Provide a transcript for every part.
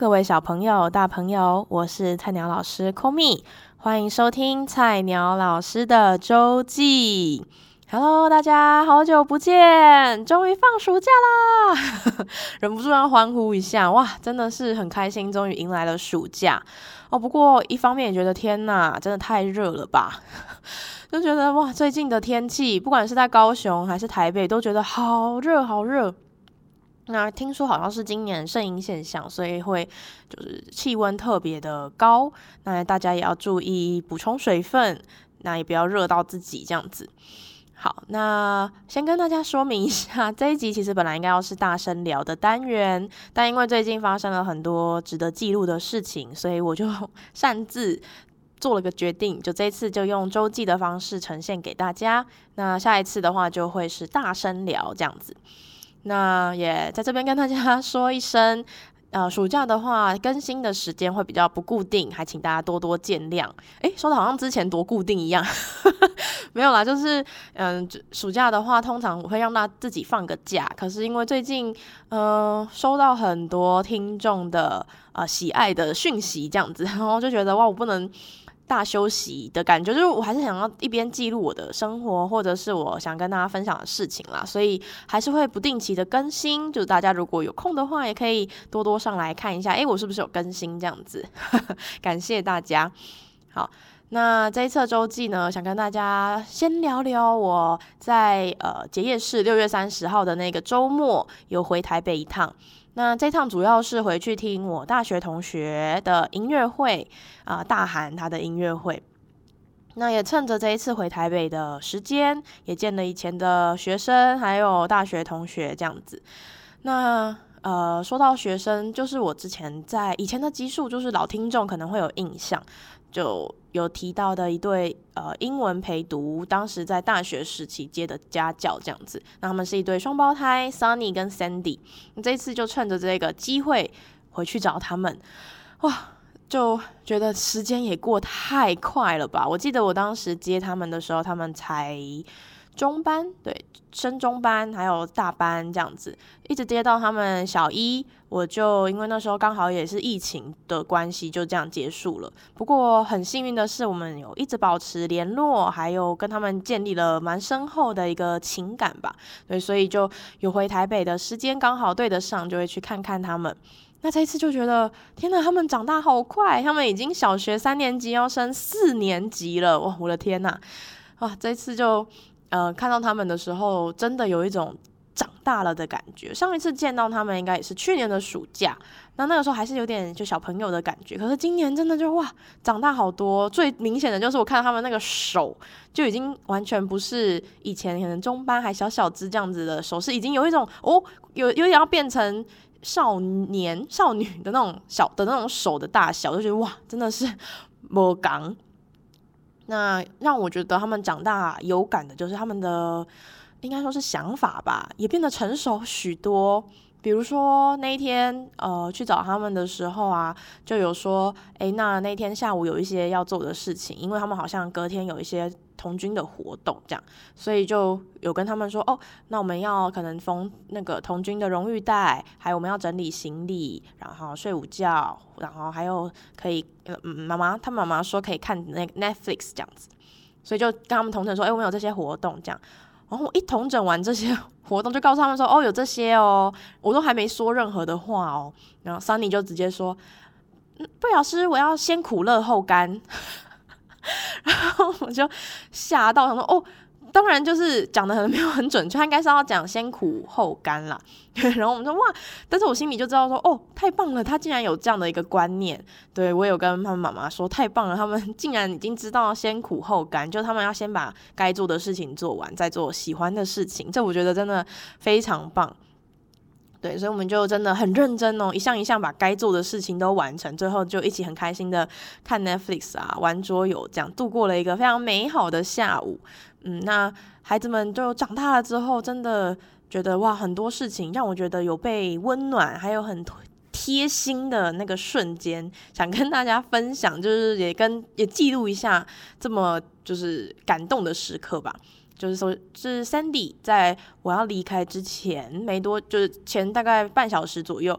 各位小朋友、大朋友，我是菜鸟老师 Komi， 欢迎收听菜鸟老师的周记。Hello， 大家好久不见，终于放暑假啦！忍不住要欢呼一下，哇，真的是很开心，终于迎来了暑假哦。不过一方面也觉得天哪，真的太热了吧，就觉得哇，最近的天气，不管是在高雄还是台北，都觉得好热好热。那听说好像是今年圣婴现象，所以会就是气温特别的高，那大家也要注意补充水分，那也不要热到自己这样子。好，那先跟大家说明一下，这一集其实本来应该要是大声聊的单元，但因为最近发生了很多值得记录的事情，所以我就擅自做了个决定，就这一次就用周记的方式呈现给大家。那下一次的话就会是大声聊这样子。那也在这边跟大家说一声，暑假的话更新的时间会比较不固定，还请大家多多见谅。说的好像之前多固定一样，没有啦，就是暑假的话，通常我会让大家自己放个假，可是因为最近收到很多听众的喜爱的讯息这样子，然后就觉得哇，我不能大休息的感觉，就是我还是想要一边记录我的生活，或者是我想跟大家分享的事情啦，所以还是会不定期的更新，就是大家如果有空的话，也可以多多上来看一下，我是不是有更新这样子，感谢大家。好，那这一次的周记呢，想跟大家先聊聊我在结业式6月30号的那个周末有回台北一趟。那这趟主要是回去听我大学同学的音乐会大韩他的音乐会。那也趁着这一次回台北的时间，也见了以前的学生还有大学同学这样子。那说到学生，就是我之前在以前的集数，就是老听众可能会有印象，就有提到的一对英文陪读，当时在大学时期接的家教这样子。那他们是一对双胞胎 Sunny 跟 Sandy， 这一次就趁着这个机会回去找他们，哇，就觉得时间也过太快了吧。我记得我当时接他们的时候，他们才中班，对，升中班还有大班这样子，一直接到他们小一，我就因为那时候刚好也是疫情的关系，就这样结束了。不过很幸运的是，我们有一直保持联络，还有跟他们建立了蛮深厚的一个情感吧。对，所以就有回台北的时间刚好对得上，就会去看看他们。那这一次就觉得天哪，他们长大好快，他们已经小学3年级要升4年级了，哇，我的天哪！这一次就看到他们的时候，真的有一种长大了的感觉。上一次见到他们应该也是去年的暑假，那个时候还是有点就小朋友的感觉。可是今年真的就哇，长大好多。最明显的就是我看到他们那个手就已经完全不是以前可能中班还小小只这样子的手势，已经有一种有点要变成少女的那种小的那种手的大小，就觉得哇，真的是没同。那让我觉得他们长大有感的就是他们的应该说是想法吧，也变得成熟许多。比如说那一天去找他们的时候啊，就有说那天下午有一些要做的事情，因为他们好像隔天有一些童军的活动这样，所以就有跟他们说那我们要可能缝那个童军的荣誉带，还有我们要整理行李，然后睡午觉，然后还有可以他妈妈说可以看那个 Netflix 这样子，所以就跟他们同整说我们有这些活动这样。然后我一统整完这些活动，就告诉他们说有这些我都还没说任何的话然后 Sunny 就直接说对老师，我要先苦乐后甘。然后我就吓到，想说当然就是讲的可能没有很准确，他应该是要讲先苦后甘啦。然后我们说哇，但是我心里就知道说太棒了，他竟然有这样的一个观念。对，我有跟他们妈妈说太棒了，他们竟然已经知道先苦后甘，就他们要先把该做的事情做完，再做喜欢的事情，这我觉得真的非常棒。对，所以我们就真的很认真一项一项把该做的事情都完成，最后就一起很开心的看 Netflix 玩桌游，这样度过了一个非常美好的下午。那孩子们就长大了之后，真的觉得哇，很多事情让我觉得有被温暖，还有很贴心的那个瞬间，想跟大家分享，就是也记录一下这么就是感动的时刻吧。就是说，是 Sandy 在我要离开之前没多，就是前大概半小时左右，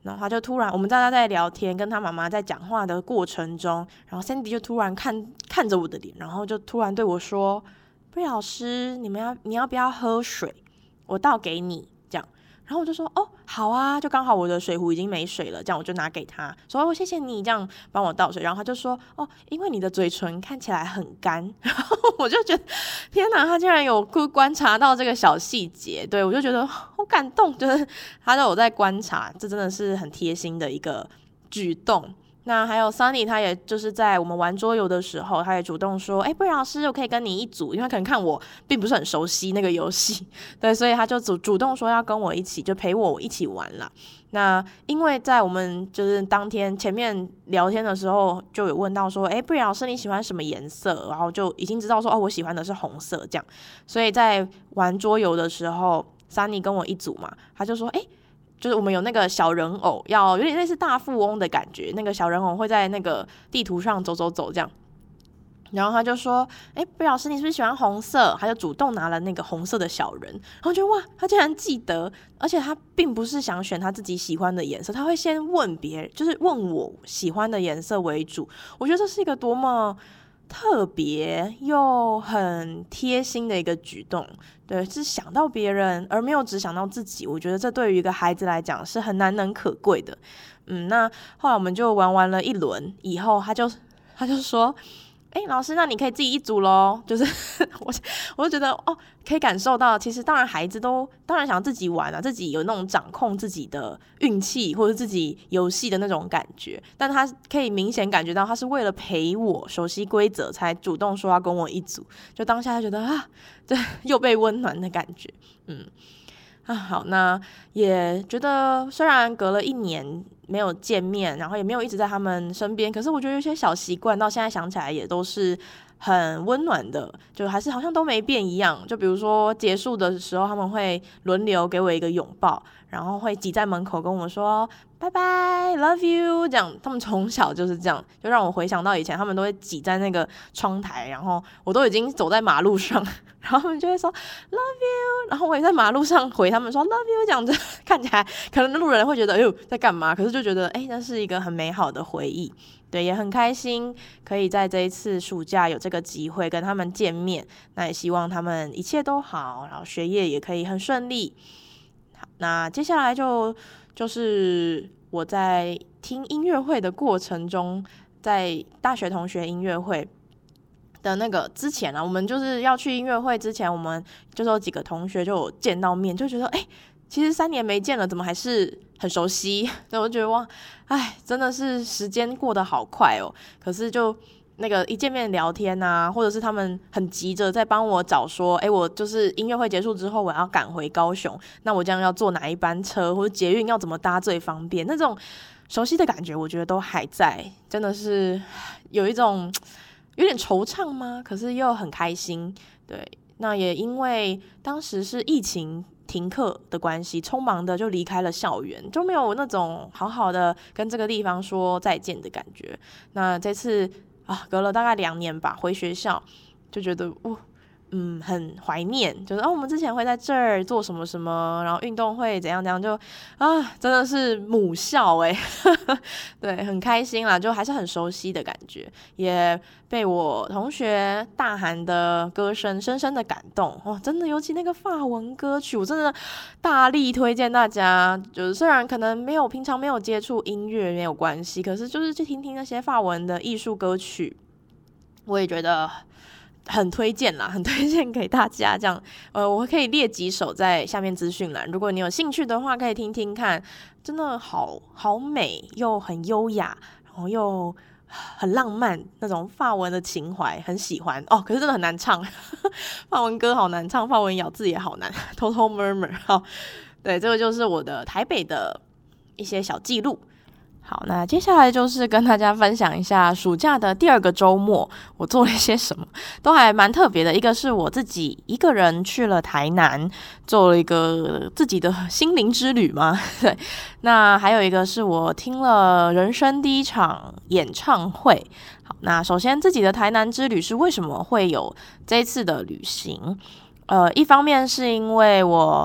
然后他就突然，我们大家在聊天，跟他妈妈在讲话的过程中，然后 Sandy 就突然看着我的脸，然后就突然对我说：“贝老师，你要不要喝水？我倒给你。”这样，然后我就说：“哦，好啊。”就刚好我的水壶已经没水了，这样我就拿给他，说：“哦，谢谢你这样帮我倒水。”然后他就说：“哦，因为你的嘴唇看起来很干。”然后我就觉得，天哪，他竟然有观察到这个小细节，对，我就觉得好感动，就是他都有在观察，这真的是很贴心的一个举动。那还有 Sunny， 他也就是在我们玩桌游的时候，他也主动说：“贝老师，我可以跟你一组。”因为他可能看我并不是很熟悉那个游戏，对，所以他就主动说要跟我一起，就陪我一起玩啦。那因为在我们就是当天前面聊天的时候，就有问到说：“贝老师你喜欢什么颜色？”然后就已经知道说：“哦，我喜欢的是红色。”这样，所以在玩桌游的时候 ，Sunny 跟我一组嘛，他就说：“就是我们有那个小人偶，要有点类似大富翁的感觉。那个小人偶会在那个地图上走这样。”然后他就说：“贝老师，你是不是喜欢红色？”他就主动拿了那个红色的小人，然后就哇，他竟然记得，而且他并不是想选他自己喜欢的颜色，他会先问别人，就是问我喜欢的颜色为主。我觉得这是一个多么特别又很贴心的一个举动，对，是想到别人而没有只想到自己，我觉得这对于一个孩子来讲是很难能可贵的。那后来我们就玩完了一轮以后，他就说：“老师，那你可以自己一组咯。”就是我就觉得可以感受到，其实当然孩子都当然想自己玩啊，自己有那种掌控自己的运气或者自己游戏的那种感觉，但他可以明显感觉到他是为了陪我熟悉规则才主动说要跟我一组，就当下就觉得这又被温暖的感觉。好，那也觉得虽然隔了1年没有见面，然后也没有一直在他们身边，可是我觉得有些小习惯到现在想起来也都是很温暖的，就还是好像都没变一样。就比如说结束的时候，他们会轮流给我一个拥抱，然后会挤在门口跟我说拜拜 love you 这样。他们从小就是这样，就让我回想到以前他们都会挤在那个窗台，然后我都已经走在马路上，然后他们就会说 love you， 然后我也在马路上回他们说 love you， 这样子看起来可能路人会觉得在干嘛，可是就觉得那是一个很美好的回忆。对，也很开心可以在这一次暑假有这个机会跟他们见面，那也希望他们一切都好，然后学业也可以很顺利。好，那接下来就是我在听音乐会的过程中，在大学同学音乐会的那个之前我们就是要去音乐会之前，我们就是有几个同学就有见到面，就觉得其实3年没见了，怎么还是很熟悉？所以我就觉得哇，真的是时间过得好快哦。可是就那个一见面聊天或者是他们很急着在帮我找说，我就是音乐会结束之后我要赶回高雄，那我这样要坐哪一班车，或者捷运要怎么搭最方便？那种熟悉的感觉，我觉得都还在，真的是有一种有点惆怅吗？可是又很开心。对，那也因为当时是疫情停课的关系，匆忙的就离开了校园，就没有那种好好的跟这个地方说再见的感觉。那这次隔了大概2年吧，回学校就觉得很怀念，就是我们之前会在这儿做什么什么，然后运动会怎样怎样，就真的是母校对，很开心啦，就还是很熟悉的感觉，也被我同学大喊的歌声深深的感动真的，尤其那个法文歌曲，我真的大力推荐大家，就是虽然可能平常没有接触音乐没有关系，可是就是去听听那些法文的艺术歌曲，我也觉得很推荐啦，很推荐给大家。这样，我可以列几首在下面资讯栏，如果你有兴趣的话，可以听听看，真的好美，又很优雅，然后又很浪漫，那种法文的情怀，很喜欢可是真的很难唱，法文歌好难唱，法文咬字也好难，偷偷 murmur。好，对，这个就是我的台北的一些小记录。好，那接下来就是跟大家分享一下暑假的第2个周末我做了一些什么，都还蛮特别的。一个是我自己一个人去了台南，做了一个自己的心灵之旅嘛。对，那还有一个是我听了人生第1场演唱会。好，那首先自己的台南之旅是为什么会有这一次的旅行？一方面是因为我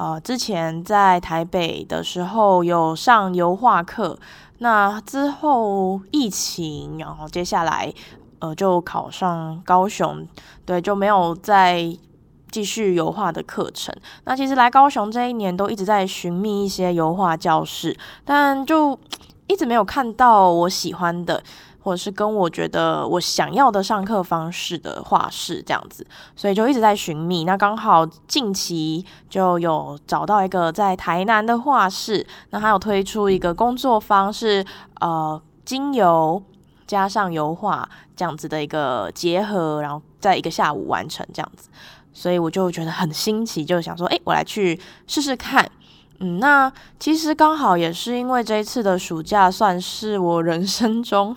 之前在台北的时候有上油画课，那之后疫情，然后接下来就考上高雄，对，就没有再继续油画的课程。那其实来高雄这一年都一直在寻觅一些油画教室，但就一直没有看到我喜欢的，或者是跟我觉得我想要的上课方式的画室这样子，所以就一直在寻觅。那刚好近期就有找到一个在台南的画室，那还有推出一个工作坊是精油加上油画这样子的一个结合，然后在一个下午完成这样子。所以我就觉得很新奇，就想说我来去试试看。那其实刚好也是因为这一次的暑假算是我人生中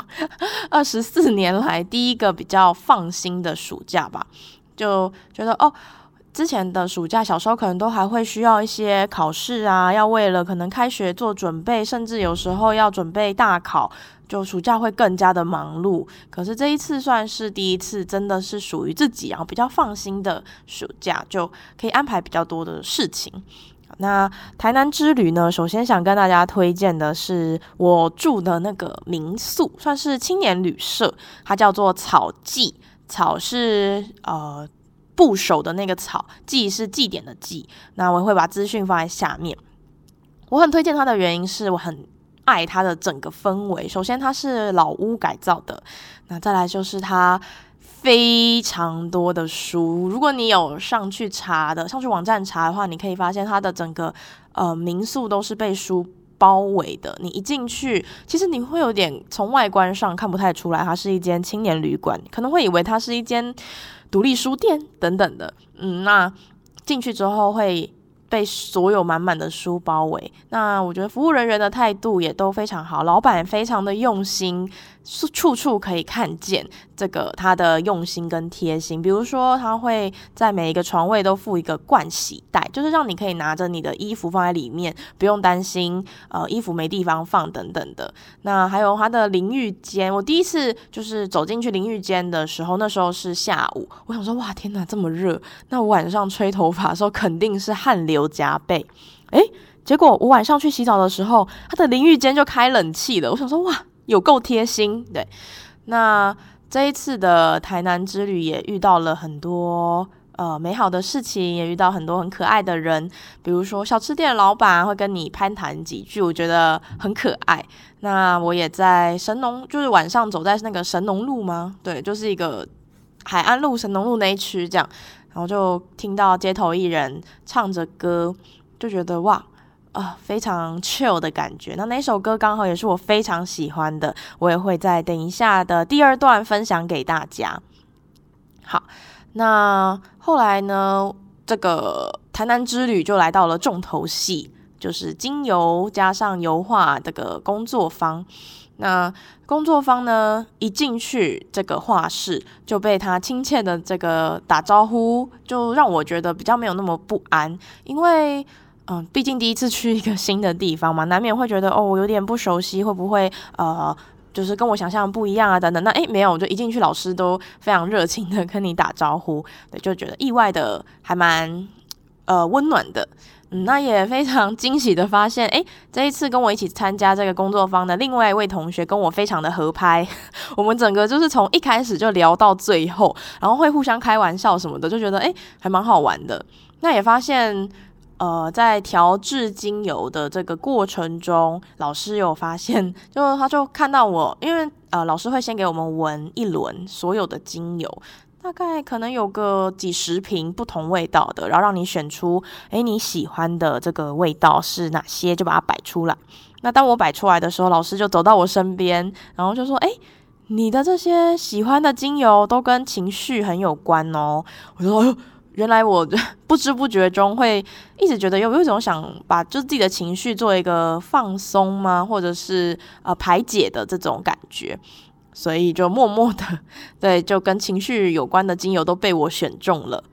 24年来第一个比较放心的暑假吧，就觉得之前的暑假小时候可能都还会需要一些考试啊，要为了可能开学做准备，甚至有时候要准备大考，就暑假会更加的忙碌。可是这一次算是第一次真的是属于自己然后比较放心的暑假，就可以安排比较多的事情。那台南之旅呢，首先想跟大家推荐的是我住的那个民宿，算是青年旅社，它叫做草祭，草是部首的那个草，祭是祭典的祭。那我会把资讯放在下面。我很推荐它的原因是我很爱它的整个氛围。首先它是老屋改造的，那再来就是它非常多的书，如果你有上去网站查的话，你可以发现它的整个民宿都是被书包围的。你一进去，其实你会有点从外观上看不太出来，它是一间青年旅馆，可能会以为它是一间独立书店等等的。那进去之后会被所有满满的书包围。那我觉得服务人员的态度也都非常好，老板也非常的用心，处处可以看见这个他的用心跟贴心。比如说他会在每一个床位都附一个盥洗袋，就是让你可以拿着你的衣服放在里面，不用担心衣服没地方放等等的。那还有他的淋浴间，我第一次就是走进去淋浴间的时候，那时候是下午，我想说哇天哪这么热，那我晚上吹头发的时候肯定是汗流浃背。结果我晚上去洗澡的时候，他的淋浴间就开冷气了，我想说哇有够贴心。对，那这一次的台南之旅也遇到了很多美好的事情，也遇到很多很可爱的人，比如说小吃店的老板会跟你攀谈几句，我觉得很可爱。那我也在就是晚上走在那个神农路吗？对，就是一个海安路神农路那一区这样，然后就听到街头艺人唱着歌，就觉得哇非常 chill 的感觉。那首歌刚好也是我非常喜欢的，我也会在等一下的第二段分享给大家。好，那后来呢，这个台南之旅就来到了重头戏，就是精油加上油画这个工作坊。那工作坊呢，一进去这个画室就被他亲切的这个打招呼，就让我觉得比较没有那么不安，因为毕竟第一次去一个新的地方嘛，难免会觉得我有点不熟悉，会不会就是跟我想象不一样啊等等。那没有，就一进去老师都非常热情的跟你打招呼，对，就觉得意外的还蛮温暖的。那也非常惊喜的发现，这一次跟我一起参加这个工作坊的另外一位同学跟我非常的合拍，我们整个就是从一开始就聊到最后，然后会互相开玩笑什么的，就觉得还蛮好玩的。那也发现在调制精油的这个过程中，老师有发现，他就看到我，因为老师会先给我们闻一轮所有的精油，大概可能有个几十瓶不同味道的，然后让你选出你喜欢的这个味道是哪些，就把它摆出来。那当我摆出来的时候，老师就走到我身边，然后就说你的这些喜欢的精油都跟情绪很有关哦。我就说原来我不知不觉中会一直觉得有一种想把就是自己的情绪做一个放松吗，或者是排解的这种感觉，所以就默默的对，就跟情绪有关的精油都被我选中了。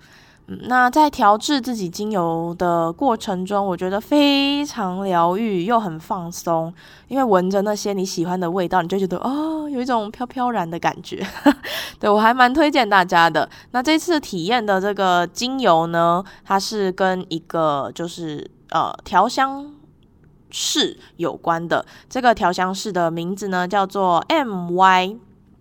那在调制自己精油的过程中，我觉得非常疗愈又很放松，因为闻着那些你喜欢的味道，你就觉得有一种飘飘然的感觉。对，我还蛮推荐大家的。那这次体验的这个精油呢，它是跟一个就是调香室有关的。这个调香室的名字呢叫做 M1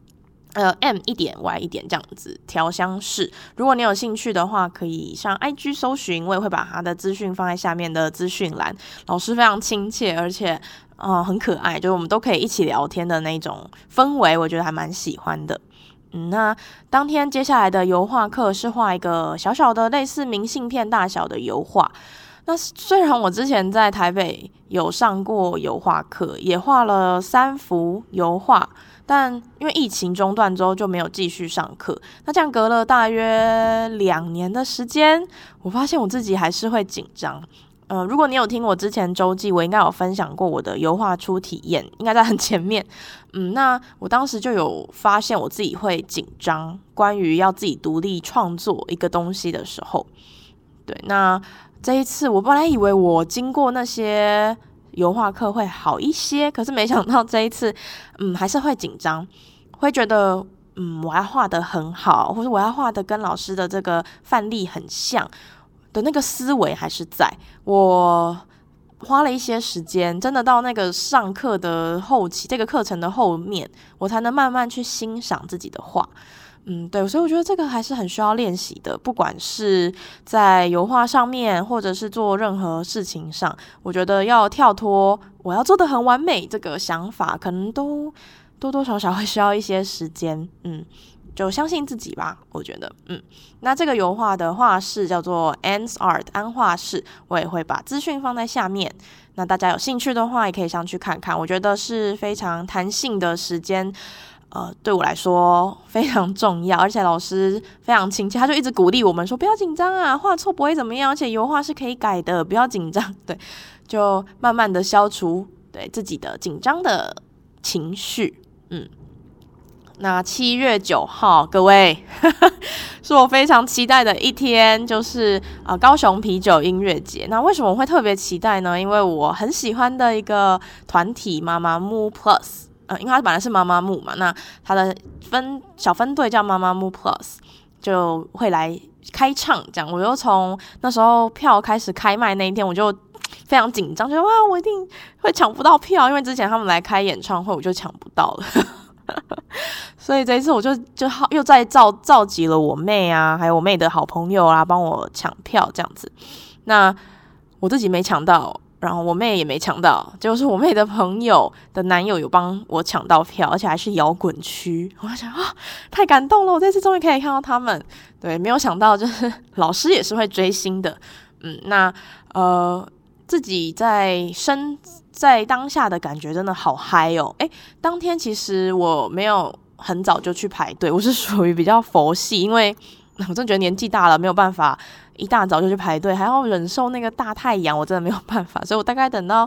点这样子调香室。如果你有兴趣的话，可以上 IG 搜寻，我也会把它的资讯放在下面的资讯栏。老师非常亲切，而且很可爱，就是我们都可以一起聊天的那种氛围，我觉得还蛮喜欢的。那当天接下来的油画课是画一个小小的类似明信片大小的油画。那虽然我之前在台北有上过油画课，也画了3幅油画，但因为疫情中断之后就没有继续上课。那这样隔了大约2年的时间，我发现我自己还是会紧张。如果你有听我之前周记，我应该有分享过我的油画初体验，应该在很前面。那我当时就有发现我自己会紧张，关于要自己独立创作一个东西的时候。对，那这一次我本来以为我经过那些油画课会好一些，可是没想到这一次还是会紧张，会觉得我要画得很好，或者我要画得跟老师的这个范例很像的那个思维还是在。我花了一些时间，真的到那个上课的后期，这个课程的后面，我才能慢慢去欣赏自己的画。对，所以我觉得这个还是很需要练习的，不管是在油画上面，或者是做任何事情上，我觉得要跳脱我要做得很完美这个想法，可能都多多少少会需要一些时间。就相信自己吧，我觉得。那这个油画的画室叫做 Anne's Art 安画室，我也会把资讯放在下面。那大家有兴趣的话，也可以上去看看。我觉得是非常弹性的时间。对我来说非常重要，而且老师非常亲切，他就一直鼓励我们说不要紧张啊，画错不会怎么样，而且油画是可以改的，不要紧张。对，就慢慢的消除对自己的紧张的情绪。那7月9号，各位是我非常期待的一天，就是高雄啤酒音乐节。那为什么我会特别期待呢？因为我很喜欢的一个团体妈妈木 Plus。因为它本来是妈妈木嘛，那它的小分队叫妈妈木 Plus， 就会来开唱这样。我就从那时候票开始开卖那一天，我就非常紧张，觉得哇，我一定会抢不到票，因为之前他们来开演唱会，我就抢不到了。所以这一次我就又再召集了我妹啊，还有我妹的好朋友啊，帮我抢票这样子。那我自己没抢到。然后我妹也没抢到，结果是我妹的朋友的男友有帮我抢到票，而且还是摇滚区。我想太感动了，我这次终于可以看到他们。对，没有想到就是老师也是会追星的。那自己在当下的感觉真的好嗨哦。当天其实我没有很早就去排队，我是属于比较佛系，因为我真的觉得年纪大了没有办法一大早就去排队，还要忍受那个大太阳，我真的没有办法，所以我大概等到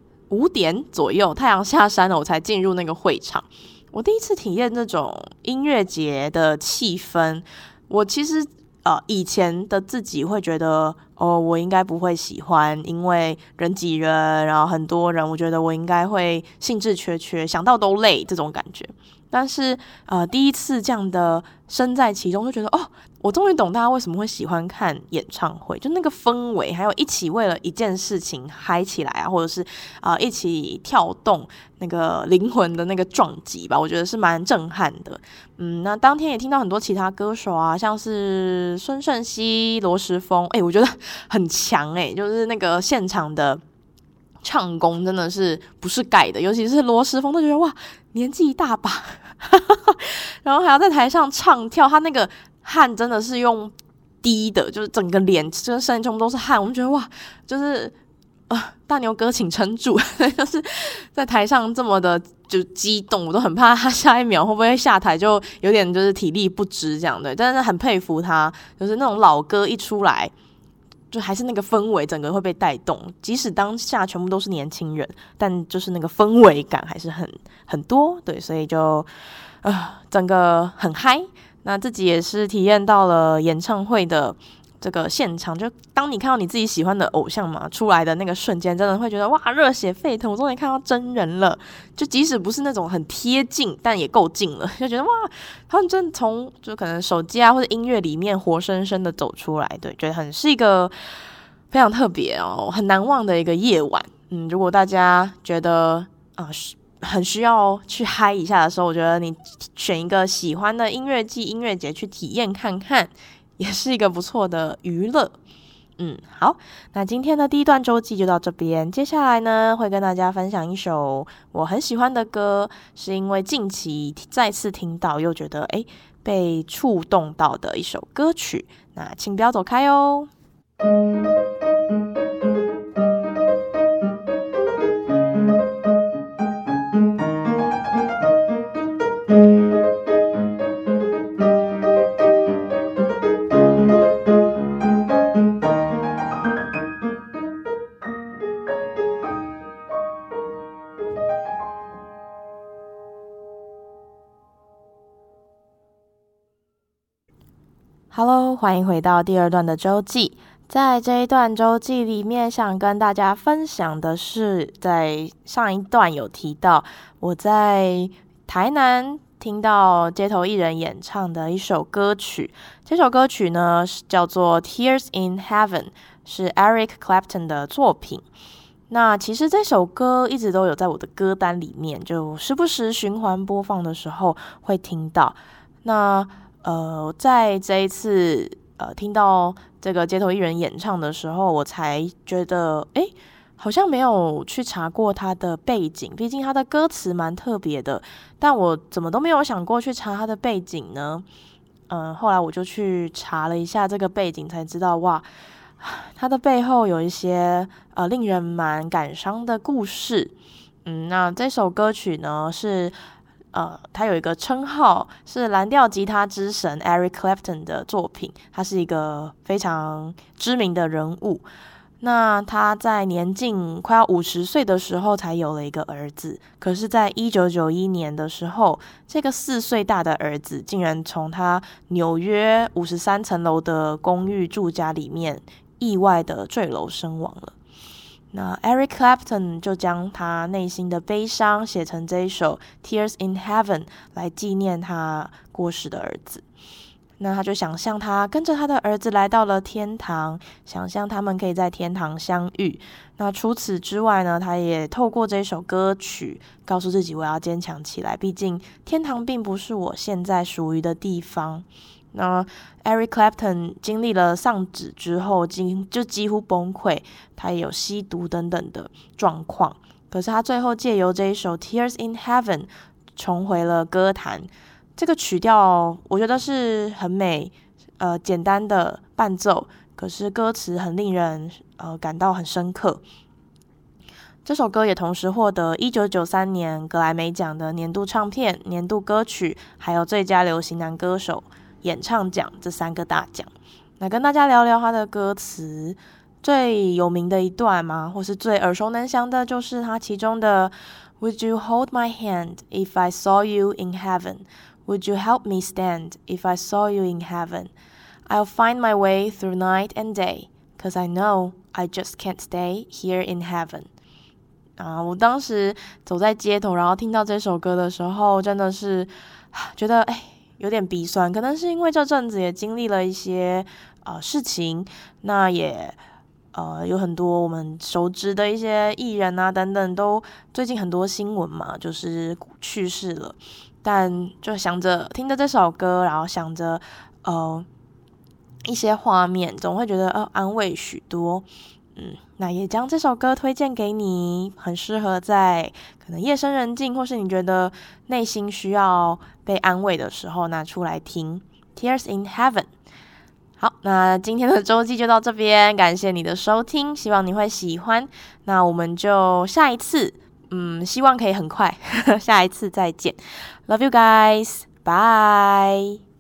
5点左右太阳下山了，我才进入那个会场。我第一次体验这种音乐节的气氛，我其实以前的自己会觉得我应该不会喜欢，因为人挤人，然后很多人，我觉得我应该会兴致缺缺，想到都累这种感觉。但是第一次这样的身在其中，就觉得我终于懂大家为什么会喜欢看演唱会，就那个氛围，还有一起为了一件事情嗨起来啊，或者是一起跳动那个灵魂的那个撞击吧，我觉得是蛮震撼的。那当天也听到很多其他歌手啊，像是孙盛希、罗时丰，我觉得很强就是那个现场的唱功真的是不是盖的，尤其是罗时丰，都觉得哇，年纪一大把然后还要在台上唱跳，他那个汗真的是用滴的，就是整个脸跟身全部都是汗，我们觉得哇，就是大牛哥请撑住就是在台上这么的就激动，我都很怕他下一秒会不会下台就有点就是体力不支这样的，但是很佩服他，就是那种老歌一出来就还是那个氛围整个会被带动，即使当下全部都是年轻人，但就是那个氛围感还是很多。对，所以就整个很嗨。那自己也是体验到了演唱会的这个现场，就当你看到你自己喜欢的偶像嘛出来的那个瞬间，真的会觉得哇，热血沸腾！我终于看到真人了。就即使不是那种很贴近，但也够近了，就觉得哇，他们真的从就可能手机啊或者音乐里面活生生的走出来，对，觉得是一个非常特别哦，很难忘的一个夜晚。如果大家觉得很需要去嗨一下的时候，我觉得你选一个喜欢的音乐季、音乐节去体验看看，也是一个不错的娱乐。好，那今天的第一段周记就到这边。接下来呢，会跟大家分享一首我很喜欢的歌，是因为近期再次听到，又觉得被触动到的一首歌曲。那请不要走开哦。Hello， 欢迎回到第二段的周记。在这一段周记里面，想跟大家分享的是，在上一段有提到我在台南听到街头艺人演唱的一首歌曲。这首歌曲呢叫做 Tears in Heaven， 是 Eric Clapton 的作品。那其实这首歌一直都有在我的歌单里面，就时不时循环播放的时候会听到。那在这一次听到这个街头艺人演唱的时候，我才觉得好像没有去查过他的背景，毕竟他的歌词蛮特别的，但我怎么都没有想过去查他的背景呢？后来我就去查了一下这个背景，才知道哇，他的背后有一些令人蛮感伤的故事。那这首歌曲呢是他有一个称号是蓝调吉他之神 Eric Clapton 的作品，他是一个非常知名的人物。那他在年近快要50岁的时候才有了一个儿子，可是在1991年的时候，这个4岁大的儿子竟然从他纽约53层楼的公寓住家里面意外的坠楼身亡了。那 Eric Clapton 就将他内心的悲伤写成这一首 Tears in Heaven 来纪念他过世的儿子。那他就想象他跟着他的儿子来到了天堂，想象他们可以在天堂相遇。那除此之外呢，他也透过这首歌曲告诉自己我要坚强起来，毕竟天堂并不是我现在属于的地方。那 Eric Clapton 经历了丧子之后就几乎崩溃，他也有吸毒等等的状况，可是他最后借由这一首 Tears in Heaven 重回了歌坛。这个曲调我觉得是很美，简单的伴奏，可是歌词很令人感到很深刻。这首歌也同时获得1993年格莱美奖的年度唱片、年度歌曲，还有最佳流行男歌手演唱奖这3个大奖。那跟大家聊聊他的歌词，最有名的一段嘛，或是最耳熟能详的，就是他其中的 Would you hold my hand if I saw you in heaven? Would you help me stand if I saw you in heaven? I'll find my way through night and day, 'cause I know I just can't stay here in heaven. 我当时走在街头，然后听到这首歌的时候，真的是觉得有点鼻酸，可能是因为这阵子也经历了一些事情，那也有很多我们熟知的一些艺人啊等等，都最近很多新闻嘛，就是去世了。但就想着听着这首歌，然后想着一些画面，总会觉得安慰许多。那也将这首歌推荐给你，很适合在可能夜深人静，或是你觉得内心需要被安慰的时候拿出来听 Tears in Heaven。 好，那今天的周记就到这边，感谢你的收听，希望你会喜欢。那我们就下一次希望可以很快下一次再见。 Love you guys, bye.